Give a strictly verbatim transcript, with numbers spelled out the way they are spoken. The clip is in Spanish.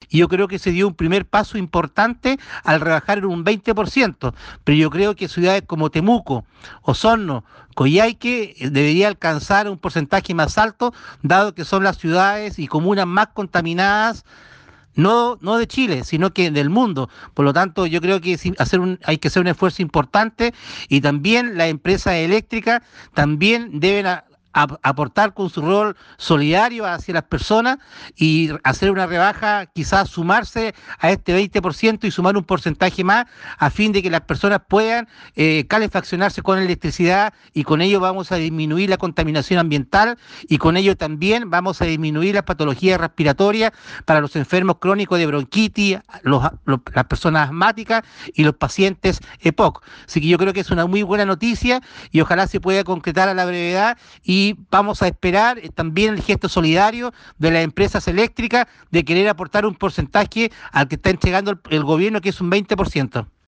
y yo creo que se dio un primer paso importante al rebajar en un veinte por ciento, pero yo creo que ciudades como Temuco, Osorno, Coyhaique eh, debería alcanzar un porcentaje más alto, dado que son las ciudades y comunas más contaminadas no, no de Chile, sino que del mundo. Por lo tanto, yo creo que sí, hacer un, hay que hacer un esfuerzo importante y también las empresas eléctricas también deben a- a- aportar con su rol solidario hacia las personas y hacer una rebaja, quizás sumarse a este veinte por ciento y sumar un porcentaje más a fin de que las personas puedan eh, calefaccionarse con electricidad y con ello vamos a disminuir la contaminación ambiental y con ello también vamos a disminuir las patologías respiratorias para los enfermos crónicos de bronquitis, los, los- las personas asmáticas y los pacientes E P O C. Así que yo creo que es una muy buena noticia y ojalá se pueda concretar a la brevedad y vamos a esperar eh, también el gesto solidario de las empresas eléctricas de querer aportar un porcentaje al que está entregando el, el gobierno, que es un veinte por ciento.